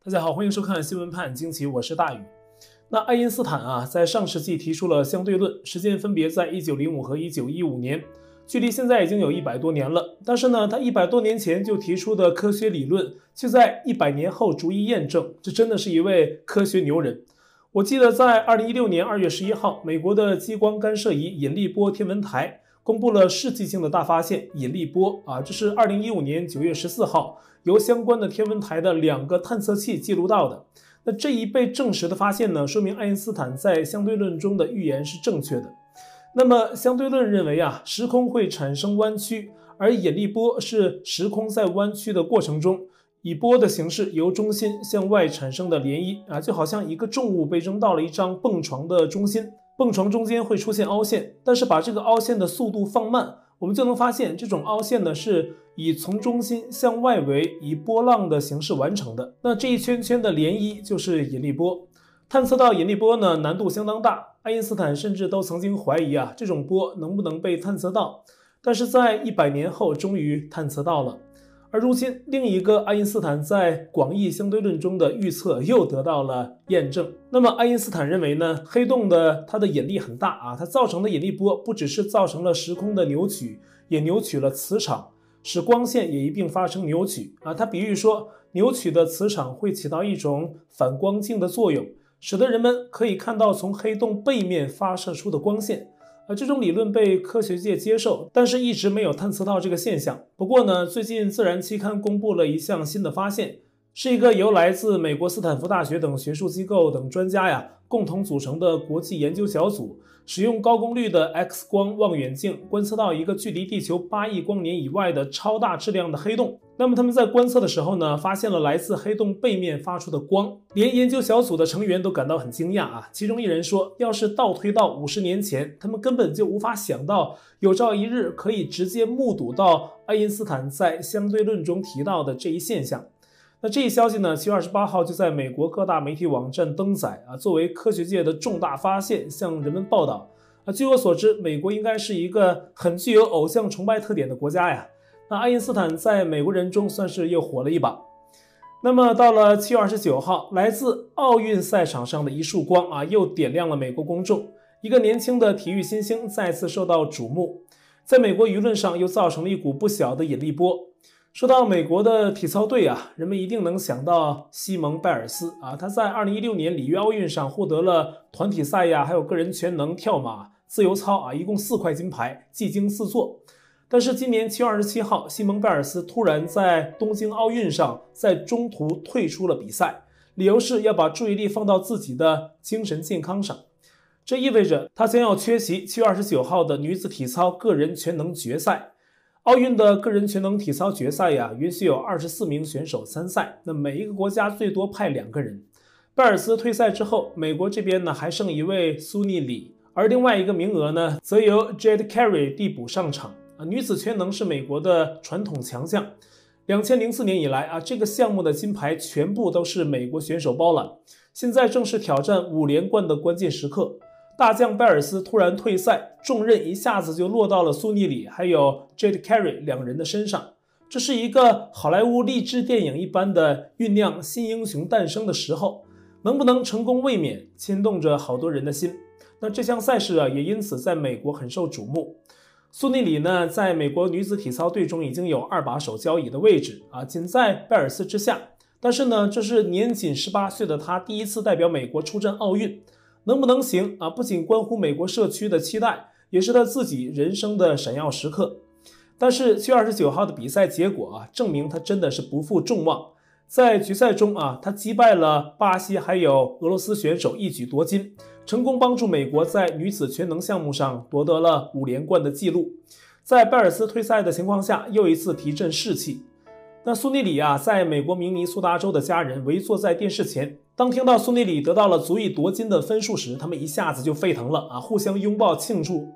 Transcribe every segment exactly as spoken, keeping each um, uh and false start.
大家好，欢迎收看新闻判惊奇，我是大宇。那爱因斯坦啊，在上世纪提出了相对论，时间分别在一九零五和一九一五年，距离现在已经有一百多年了。但是呢，他一百多年前就提出的科学理论，却在一百年后逐一验证，这真的是一位科学牛人。我记得在二零一六年二月十一号，美国的激光干涉仪引力波天文台公布了世纪性的大发现——引力波啊，这是二零一五年九月十四号由相关的天文台的两个探测器记录到的。那这一被证实的发现呢，说明爱因斯坦在相对论中的预言是正确的。那么相对论认为啊，时空会产生弯曲，而引力波是时空在弯曲的过程中，以波的形式由中心向外产生的涟漪啊，就好像一个重物被扔到了一张蹦床的中心，蹦床中间会出现凹陷，但是把这个凹陷的速度放慢，我们就能发现这种凹陷呢是以从中心向外围以波浪的形式完成的。那这一圈圈的涟漪就是引力波。探测到引力波呢难度相当大，爱因斯坦甚至都曾经怀疑啊这种波能不能被探测到，但是在一百年后终于探测到了。而如今另一个爱因斯坦在广义相对论中的预测又得到了验证。那么爱因斯坦认为呢，黑洞的它的引力很大啊，它造成的引力波不只是造成了时空的扭曲，也扭曲了磁场，使光线也一并发生扭曲啊。他比喻说，扭曲的磁场会起到一种反光镜的作用，使得人们可以看到从黑洞背面发射出的光线。啊，这种理论被科学界接受，但是一直没有探测到这个现象。不过呢，最近《自然》期刊公布了一项新的发现，是一个由来自美国斯坦福大学等学术机构等专家呀共同组成的国际研究小组，使用高功率的 X 光望远镜观测到一个距离地球八亿光年以外的超大质量的黑洞。那么他们在观测的时候呢，发现了来自黑洞背面发出的光，连研究小组的成员都感到很惊讶啊。其中一人说，要是倒推到五十年前，他们根本就无法想到有朝一日可以直接目睹到爱因斯坦在相对论中提到的这一现象。那这一消息呢，七月二十八号就在美国各大媒体网站登载啊，作为科学界的重大发现向人们报道啊。据我所知，美国应该是一个很具有偶像崇拜特点的国家呀。那爱因斯坦在美国人中算是又火了一把。那么到了七月二十九号，来自奥运赛场上的一束光啊，又点亮了美国公众，一个年轻的体育新星再次受到瞩目，在美国舆论上又造成了一股不小的引力波。说到美国的体操队啊，人们一定能想到西蒙·拜尔斯啊，他在二零一六年里约奥运上获得了团体赛呀，还有个人全能、跳马、自由操啊，一共四块金牌，技惊四座。但是今年七月二十七号，西蒙·拜尔斯突然在东京奥运上在中途退出了比赛，理由是要把注意力放到自己的精神健康上。这意味着他将要缺席七月二十九号的女子体操个人全能决赛。奥运的个人全能体操决赛呀，允许有二十四名选手参赛，那每一个国家最多派两个人。拜尔斯退赛之后，美国这边呢还剩一位苏妮里，而另外一个名额呢，则由 Jade Carey 递补上场。啊，女子全能是美国的传统强项。二零零四年以来啊，这个项目的金牌全部都是美国选手包揽。现在正是挑战五连冠的关键时刻，大将拜尔斯突然退赛，重任一下子就落到了苏妮里还有 Jade Carey 两人的身上。这是一个好莱坞励志电影一般的酝酿新英雄诞生的时候，能不能成功卫冕，牵动着好多人的心。那这项赛事啊，也因此在美国很受瞩目。苏妮里呢，在美国女子体操队中已经有二把手交椅的位置啊，仅在拜尔斯之下。但是呢，这是年仅十八岁的她第一次代表美国出战奥运，能不能行啊？不仅关乎美国社区的期待，也是她自己人生的闪耀时刻。但是七月二十九号的比赛结果啊，证明她真的是不负众望。在决赛中啊，她击败了巴西还有俄罗斯选手，一举夺金，成功帮助美国在女子全能项目上夺得了五连冠的纪录。在拜尔斯退赛的情况下，又一次提振士气。那苏妮里啊，在美国明尼苏达州的家人围坐在电视前，当听到苏妮里得到了足以夺金的分数时，他们一下子就沸腾了啊，互相拥抱庆祝。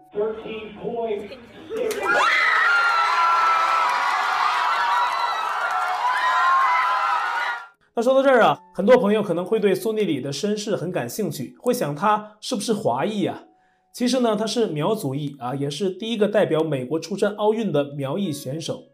那说到这儿啊，很多朋友可能会对苏妮里的身世很感兴趣，会想她是不是华裔啊？其实呢，她是苗族裔啊，也是第一个代表美国出战奥运的苗裔选手。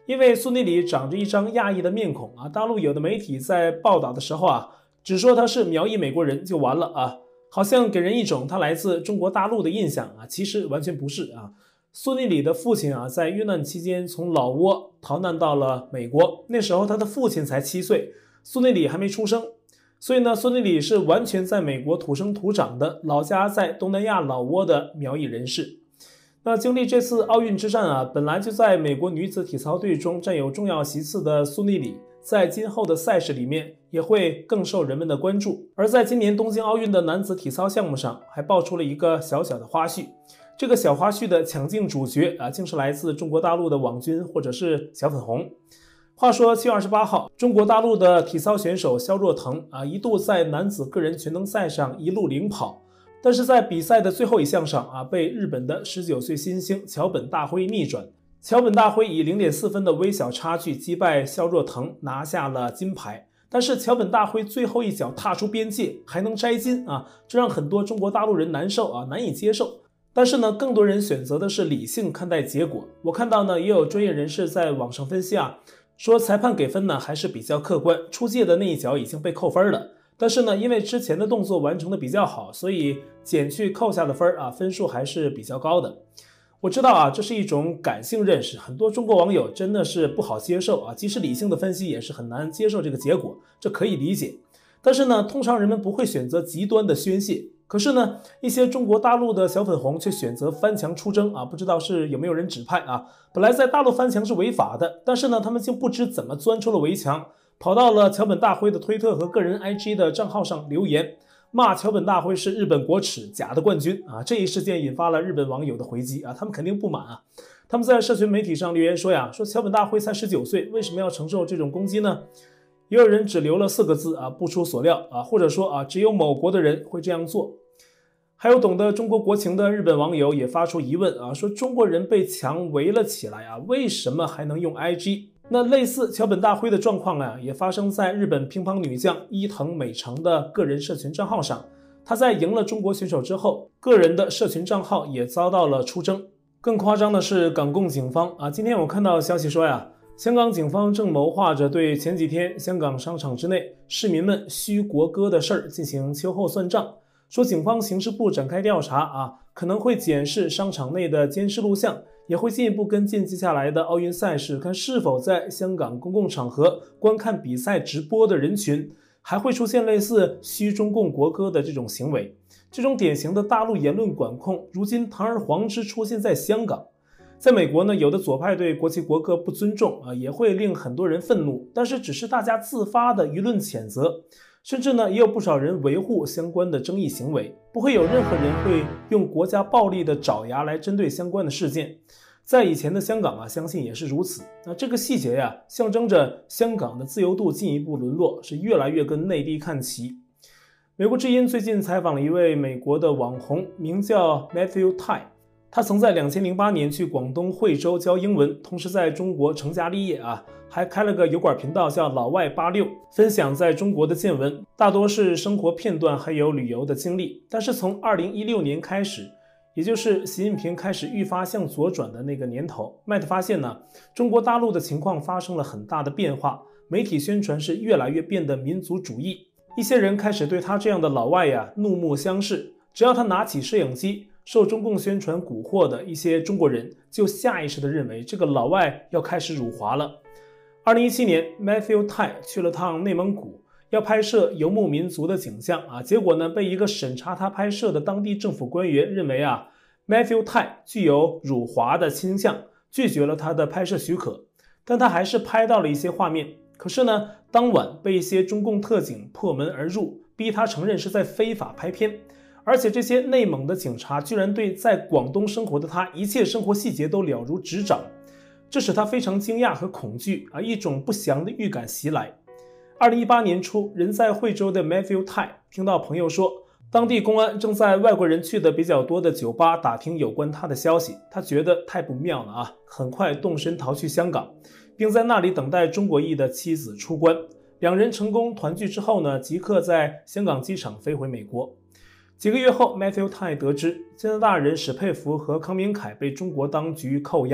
因为苏妮里长着一张亚裔的面孔啊，大陆有的媒体在报道的时候啊，只说他是苗裔美国人就完了啊，好像给人一种他来自中国大陆的印象啊，其实完全不是啊。苏妮里的父亲啊，在遇难期间从老挝逃难到了美国，那时候他的父亲才七岁，苏妮里还没出生，所以呢，苏妮里是完全在美国土生土长的，老家在东南亚老挝的苗裔人士。那经历这次奥运之战啊，本来就在美国女子体操队中占有重要席次的苏妮里，在今后的赛事里面也会更受人们的关注。而在今年东京奥运的男子体操项目上，还爆出了一个小小的花絮。这个小花絮的抢镜主角啊，竟是来自中国大陆的网军或者是小粉红。话说七月二十八号，中国大陆的体操选手肖若腾啊，一度在男子个人全能赛上一路领跑。但是在比赛的最后一项上啊，被日本的十九岁新星桥本大辉逆转。桥本大辉以 零点四 分的微小差距击败肖若腾，拿下了金牌。但是桥本大辉最后一脚踏出边界，还能摘金啊，这让很多中国大陆人难受啊，难以接受。但是呢，更多人选择的是理性看待结果。我看到呢，也有专业人士在网上分析啊，说裁判给分呢还是比较客观，出界的那一脚已经被扣分了。但是呢，因为之前的动作完成的比较好，所以减去扣下的分啊，分数还是比较高的。我知道啊，这是一种感性认识，很多中国网友真的是不好接受啊，即使理性的分析也是很难接受这个结果，这可以理解。但是呢，通常人们不会选择极端的宣泄，可是呢，一些中国大陆的小粉红却选择翻墙出征啊，不知道是有没有人指派啊？本来在大陆翻墙是违法的，但是呢，他们竟不知怎么钻出了围墙。跑到了桥本大辉的推特和个人 I G 的账号上留言，骂桥本大辉是日本国耻，假的冠军啊！这一事件引发了日本网友的回击啊，他们肯定不满啊！他们在社群媒体上留言说呀，说桥本大辉才十九岁，为什么要承受这种攻击呢？也有人只留了四个字啊，不出所料啊，或者说啊，只有某国的人会这样做。还有懂得中国国情的日本网友也发出疑问啊，说中国人被墙围了起来啊，为什么还能用 I G？那类似桥本大辉的状况啊，也发生在日本乒乓女将伊藤美诚的个人社群账号上。她在赢了中国选手之后，个人的社群账号也遭到了出征。更夸张的是，港共警方啊，今天我看到消息说呀，香港警方正谋划着对前几天香港商场之内市民们嘘国歌的事儿进行秋后算账。说警方刑事部展开调查啊，可能会检视商场内的监视录像，也会进一步跟进接下来的奥运赛事，看是否在香港公共场合观看比赛直播的人群还会出现类似嘘中共国歌的这种行为。这种典型的大陆言论管控，如今堂而皇之出现在香港。在美国呢，有的左派对国旗国歌不尊重啊，也会令很多人愤怒，但是只是大家自发的舆论谴责。甚至呢，也有不少人维护相关的争议行为，不会有任何人会用国家暴力的爪牙来针对相关的事件。在以前的香港啊，相信也是如此。那这个细节呀，象征着香港的自由度进一步沦落，是越来越跟内地看齐。美国之音最近采访了一位美国的网红，名叫 Matthew Tai。他曾在两千零八年去广东惠州教英文，同时在中国成家立业啊，还开了个油管频道叫老外八六，分享在中国的见闻，大多是生活片段还有旅游的经历。但是从二零一六年开始，也就是习近平开始愈发向左转的那个年头，麦特发现呢，中国大陆的情况发生了很大的变化，媒体宣传是越来越变得民族主义，一些人开始对他这样的老外呀怒目相视，只要他拿起摄影机，受中共宣传蛊惑的一些中国人就下意识地认为这个老外要开始辱华了。二零一七年 Matthew Tai 去了趟内蒙古，要拍摄游牧民族的景象啊，结果呢被一个审查他拍摄的当地政府官员认为啊 Matthew Tai 具有辱华的倾向，拒绝了他的拍摄许可。但他还是拍到了一些画面，可是呢当晚被一些中共特警破门而入，逼他承认是在非法拍片。而且这些内蒙的警察居然对在广东生活的他一切生活细节都了如指掌，这使他非常惊讶和恐惧啊，一种不祥的预感袭来。二零一八年初，人在惠州的 Matthew Tai 听到朋友说，当地公安正在外国人去的比较多的酒吧打听有关他的消息，他觉得太不妙了啊，很快动身逃去香港，并在那里等待中国裔的妻子出关。两人成功团聚之后呢，即刻在香港机场飞回美国。几个月后 Matthew Tai 得知加拿大人史佩弗和康明凯被中国当局扣押，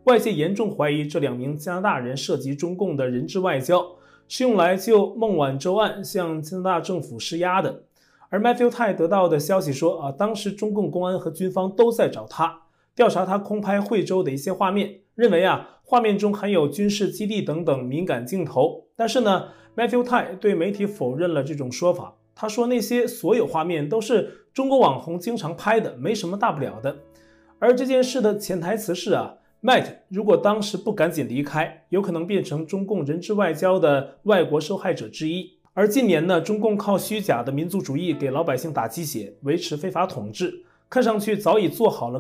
外界严重怀疑这两名加拿大人涉及中共的人质外交，是用来就孟晚舟案向加拿大政府施压的。而 Matthew Tai 得到的消息说啊，当时中共公安和军方都在找他，调查他空拍惠州的一些画面，认为啊画面中含有军事基地等等敏感镜头。但是呢 Matthew Tai 对媒体否认了这种说法，他说那些所有画面都是中国网红经常拍的，没什么大不了的。而这件事的潜台词是啊 Matt 如果当时不赶紧离开，有可能变成中共人质外交的外国受害者之一。而近年呢，中共靠虚假的民族主义给老百姓打鸡血，维持非法统治，看上去早已做好了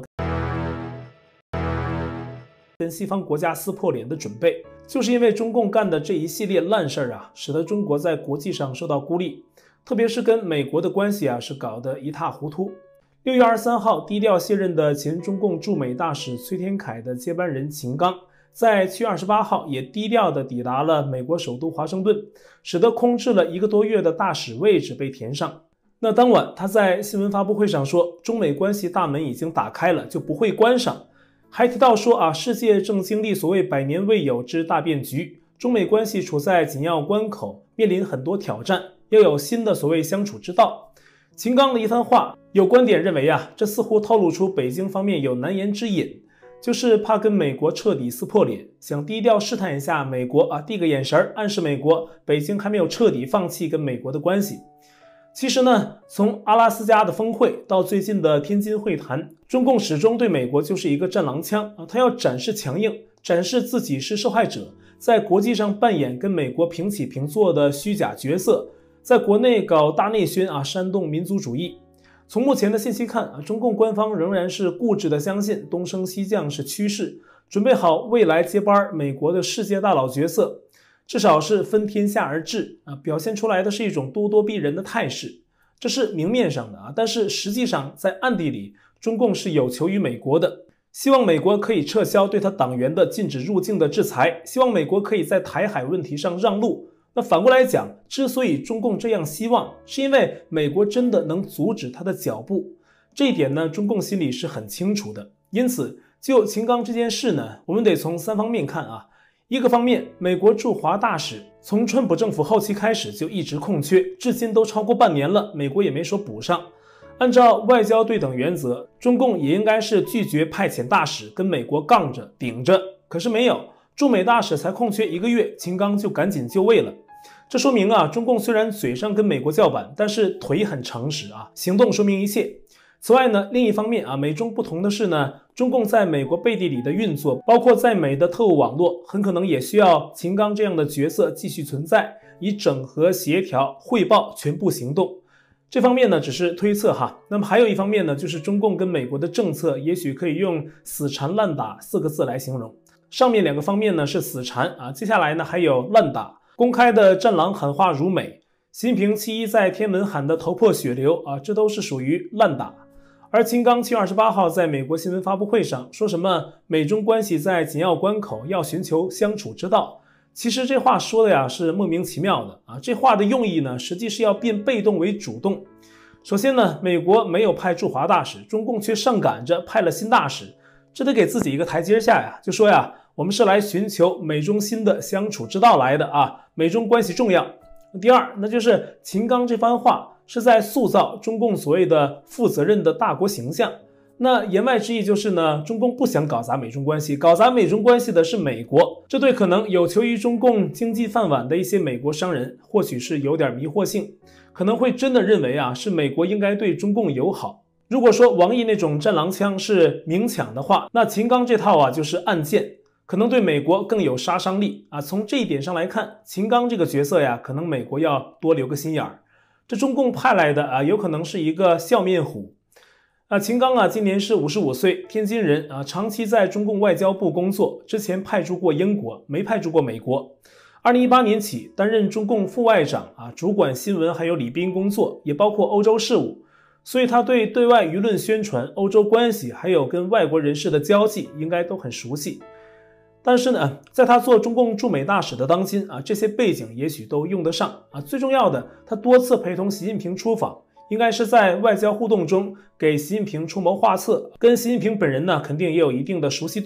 跟西方国家撕破脸的准备。就是因为中共干的这一系列烂事儿啊，使得中国在国际上受到孤立，特别是跟美国的关系啊，是搞得一塌糊涂。六月二十三号，低调卸任的前中共驻美大使崔天凯的接班人秦刚，在七月二十八号也低调地抵达了美国首都华盛顿，使得空置了一个多月的大使位置被填上。那当晚他在新闻发布会上说，中美关系大门已经打开了，就不会关上。还提到说啊，世界正经历所谓百年未有之大变局，中美关系处在紧要关口，面临很多挑战，要有新的所谓相处之道。秦刚的一番话，有观点认为啊，这似乎透露出北京方面有难言之隐，就是怕跟美国彻底撕破脸，想低调试探一下美国啊，递个眼神暗示美国北京还没有彻底放弃跟美国的关系。其实呢，从阿拉斯加的峰会到最近的天津会谈，中共始终对美国就是一个战狼枪啊，他要展示强硬，展示自己是受害者，在国际上扮演跟美国平起平坐的虚假角色，在国内搞大内宣啊，煽动民族主义。从目前的信息看啊，中共官方仍然是固执的相信东升西降是趋势，准备好未来接班美国的世界大佬角色，至少是分天下而治啊，表现出来的是一种咄咄逼人的态势，这是明面上的啊，但是实际上在暗地里，中共是有求于美国的，希望美国可以撤销对他党员的禁止入境的制裁，希望美国可以在台海问题上让路。那反过来讲，之所以中共这样希望，是因为美国真的能阻止他的脚步，这一点呢，中共心里是很清楚的。因此，就秦刚这件事呢，我们得从三方面看啊。一个方面，美国驻华大使从川普政府后期开始就一直空缺，至今都超过半年了，美国也没说补上。按照外交对等原则，中共也应该是拒绝派遣大使跟美国杠着顶着，可是没有，驻美大使才空缺一个月，秦刚就赶紧就位了。这说明啊，中共虽然嘴上跟美国叫板，但是腿很诚实啊，行动说明一切。此外呢，另一方面啊，美中不同的是呢，中共在美国背地里的运作，包括在美的特务网络，很可能也需要秦刚这样的角色继续存在，以整合、协调、汇报全部行动。这方面呢，只是推测哈。那么还有一方面呢，就是中共跟美国的政策，也许可以用死缠烂打四个字来形容。上面两个方面呢是死缠啊，接下来呢还有烂打。公开的战狼喊话如美，习近平七一在天安门喊的头破血流啊，这都是属于烂打。而秦刚七月二十八号在美国新闻发布会上说什么美中关系在紧要关口要寻求相处之道，其实这话说的呀是莫名其妙的啊，这话的用意呢，实际是要变被动为主动。首先呢，美国没有派驻华大使，中共却上赶着派了新大使，这得给自己一个台阶下呀，就说呀，我们是来寻求美中新的相处之道来的啊，美中关系重要。第二，那就是秦刚这番话是在塑造中共所谓的负责任的大国形象。那言外之意就是呢，中共不想搞砸美中关系，搞砸美中关系的是美国。这对可能有求于中共经济饭碗的一些美国商人，或许是有点迷惑性，可能会真的认为啊，是美国应该对中共友好。如果说王毅那种战狼枪是明抢的话，那秦刚这套啊就是暗箭，可能对美国更有杀伤力啊。从这一点上来看，秦刚这个角色呀，可能美国要多留个心眼儿。这中共派来的啊，有可能是一个笑面虎。啊，秦刚啊，今年是五十五岁，天津人啊，长期在中共外交部工作，之前派驻过英国，没派驻过美国。二零一八年起担任中共副外长啊，主管新闻还有礼宾工作，也包括欧洲事务。所以他对对外舆论宣传、欧洲关系还有跟外国人士的交际应该都很熟悉。但是呢，在他做中共驻美大使的当今啊，这些背景也许都用得上啊。最重要的，他多次陪同习近平出访，应该是在外交互动中给习近平出谋划策，跟习近平本人呢肯定也有一定的熟悉度，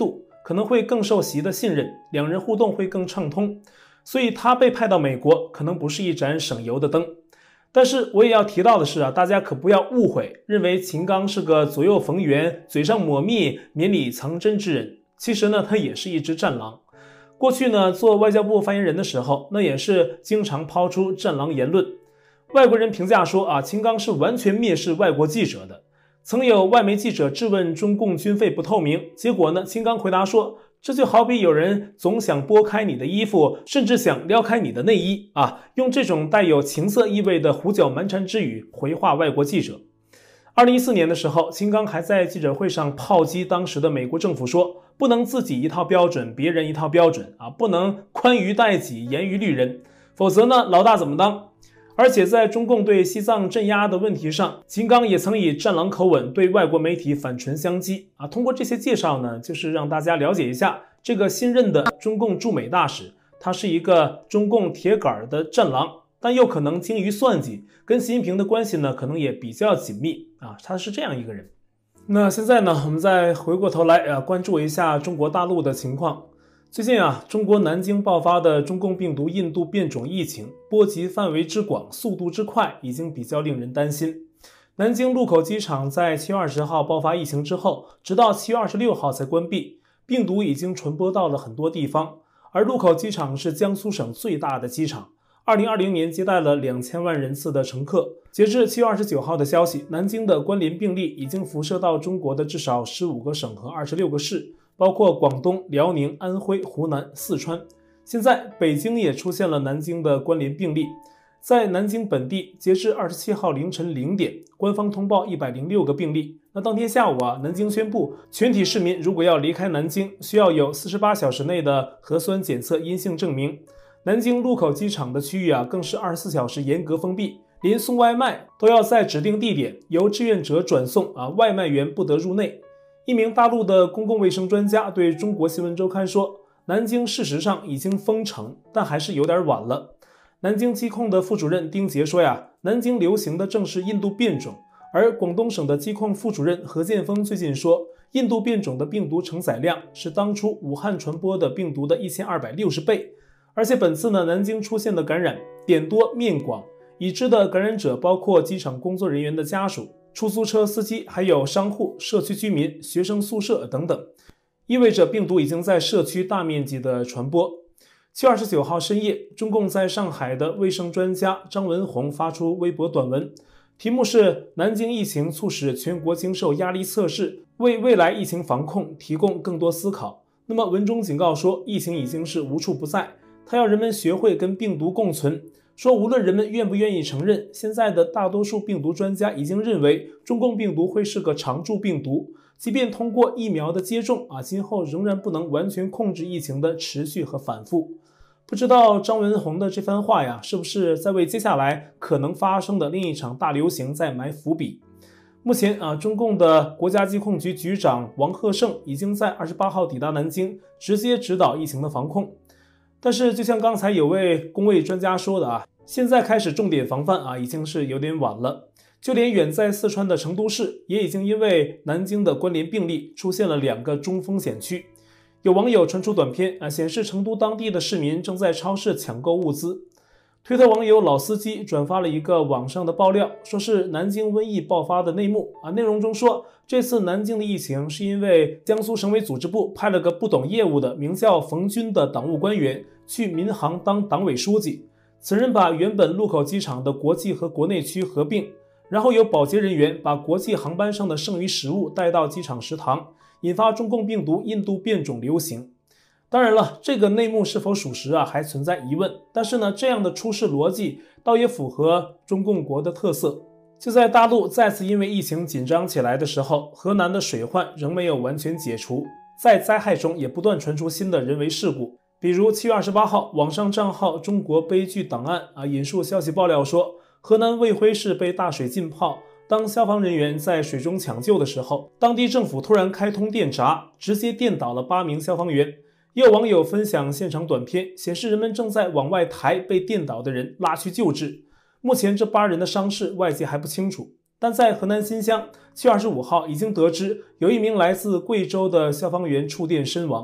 可能会更受习的信任，两人互动会更畅通，所以他被派到美国可能不是一盏省油的灯。但是我也要提到的是啊，大家可不要误会，认为秦刚是个左右逢源、嘴上抹蜜、绵里藏针之人。其实呢，他也是一只战狼。过去呢，做外交部发言人的时候，那也是经常抛出战狼言论。外国人评价说啊，秦刚是完全蔑视外国记者的。曾有外媒记者质问中共军费不透明，结果呢，秦刚回答说，这就好比有人总想拨开你的衣服，甚至想撩开你的内衣啊，用这种带有情色意味的胡搅蛮缠之语回话外国记者。二零一四年的时候，秦刚还在记者会上炮击当时的美国政府说，不能自己一套标准，别人一套标准啊，不能宽于待己，严于律人，否则呢，老大怎么当？而且在中共对西藏镇压的问题上，秦刚也曾以战狼口吻对外国媒体反唇相讥啊。通过这些介绍呢，就是让大家了解一下这个新任的中共驻美大使，他是一个中共铁杆的战狼，但又可能精于算计，跟习近平的关系呢，可能也比较紧密啊。他是这样一个人。那现在呢，我们再回过头来啊，关注一下中国大陆的情况。最近啊，中国南京爆发的中共病毒印度变种疫情，波及范围之广，速度之快，已经比较令人担心。南京禄口机场在七月二十号爆发疫情之后，直到七月二十六号才关闭，病毒已经传播到了很多地方。而禄口机场是江苏省最大的机场，二零二零年接待了两千万人次的乘客。截至七月二十九号的消息，南京的关联病例已经辐射到中国的至少十五个省和二十六个市。包括广东、辽宁、安徽、湖南、四川。现在北京也出现了南京的关联病例。在南京本地，截至二十七号凌晨零点，官方通报一百零六个病例。那当天下午啊，南京宣布，全体市民如果要离开南京，需要有四十八小时内的核酸检测阴性证明。南京禄口机场的区域啊，更是二十四小时严格封闭，连送外卖都要在指定地点由志愿者转送啊，外卖员不得入内。一名大陆的公共卫生专家对中国新闻周刊说，南京事实上已经封城，但还是有点晚了。南京疾控的副主任丁杰说呀，南京流行的正是印度变种，而广东省的疾控副主任何建峰最近说，印度变种的病毒承载量是当初武汉传播的病毒的一千二百六十倍，而且本次呢，南京出现的感染点多面广，已知的感染者包括机场工作人员的家属、出租车司机，还有商户、社区居民、学生宿舍等等，意味着病毒已经在社区大面积的传播。七月二十九号深夜，中共在上海的卫生专家张文宏发出微博短文，题目是南京疫情促使全国经受压力测试，为未来疫情防控提供更多思考。那么文中警告说，疫情已经是无处不在，他要人们学会跟病毒共存，说无论人们愿不愿意承认，现在的大多数病毒专家已经认为中共病毒会是个常驻病毒，即便通过疫苗的接种啊，今后仍然不能完全控制疫情的持续和反复。不知道张文宏的这番话呀，是不是在为接下来可能发生的另一场大流行在埋伏笔？目前啊，中共的国家疾控局局长王贺胜已经在二十八号抵达南京，直接指导疫情的防控。但是就像刚才有位公卫专家说的啊，现在开始重点防范啊，已经是有点晚了。就连远在四川的成都市，也已经因为南京的关联病例出现了两个中风险区。有网友传出短片啊，显示成都当地的市民正在超市抢购物资。推特网友老司机转发了一个网上的爆料，说是南京瘟疫爆发的内幕啊。内容中说，这次南京的疫情是因为江苏省委组织部派了个不懂业务的名叫冯军的党务官员去民航当党委书记，此人把原本禄口机场的国际和国内区合并，然后有保洁人员把国际航班上的剩余食物带到机场食堂，引发中共病毒印度变种流行。当然了，这个内幕是否属实啊，还存在疑问。但是呢，这样的出事逻辑倒也符合中共国的特色。就在大陆再次因为疫情紧张起来的时候，河南的水患仍没有完全解除，在灾害中也不断传出新的人为事故。比如七月二十八号，网上账号中国悲剧档案啊引述消息爆料说，河南卫辉市被大水浸泡，当消防人员在水中抢救的时候，当地政府突然开通电闸，直接电倒了八名消防员。也有网友分享现场短片，显示人们正在往外抬被电倒的人拉去救治。目前这八人的伤势外界还不清楚，但在河南新乡，七月二十五号已经得知有一名来自贵州的消防员触电身亡。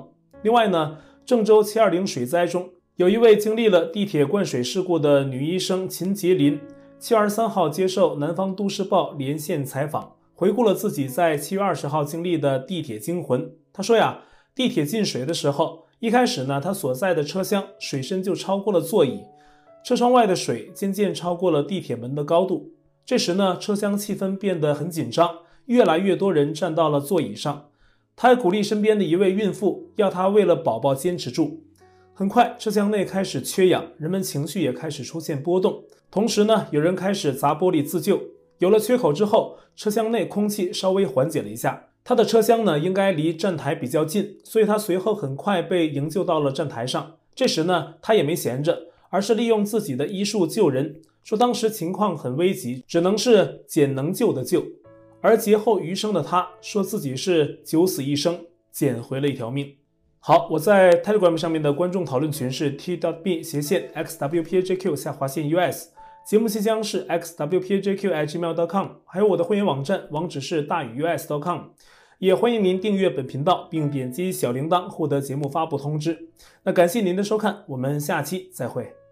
另外呢，郑州七二零水灾中，有一位经历了地铁灌水事故的女医生秦洁林，七月二十三号接受南方都市报连线采访，回顾了自己在七月二十号经历的地铁惊魂。她说呀，地铁进水的时候，一开始呢，她所在的车厢水深就超过了座椅，车窗外的水渐渐超过了地铁门的高度。这时呢，车厢气氛变得很紧张，越来越多人站到了座椅上。她还鼓励身边的一位孕妇，要她为了宝宝坚持住。很快，车厢内开始缺氧，人们情绪也开始出现波动。同时呢，有人开始砸玻璃自救。有了缺口之后，车厢内空气稍微缓解了一下。他的车厢呢，应该离站台比较近，所以他随后很快被营救到了站台上。这时呢，他也没闲着，而是利用自己的医术救人，说当时情况很危急，只能是捡能救的救。而劫后余生的他，说自己是九死一生，捡回了一条命。好，我在 Telegram 上面的观众讨论群是 t.b 斜线 xwpajq 下划线 us， 节目信箱是 xwpajq at gmail dot com， 还有我的会员网站网址是大宇 us dot com， 也欢迎您订阅本频道并点击小铃铛获得节目发布通知。那感谢您的收看，我们下期再会。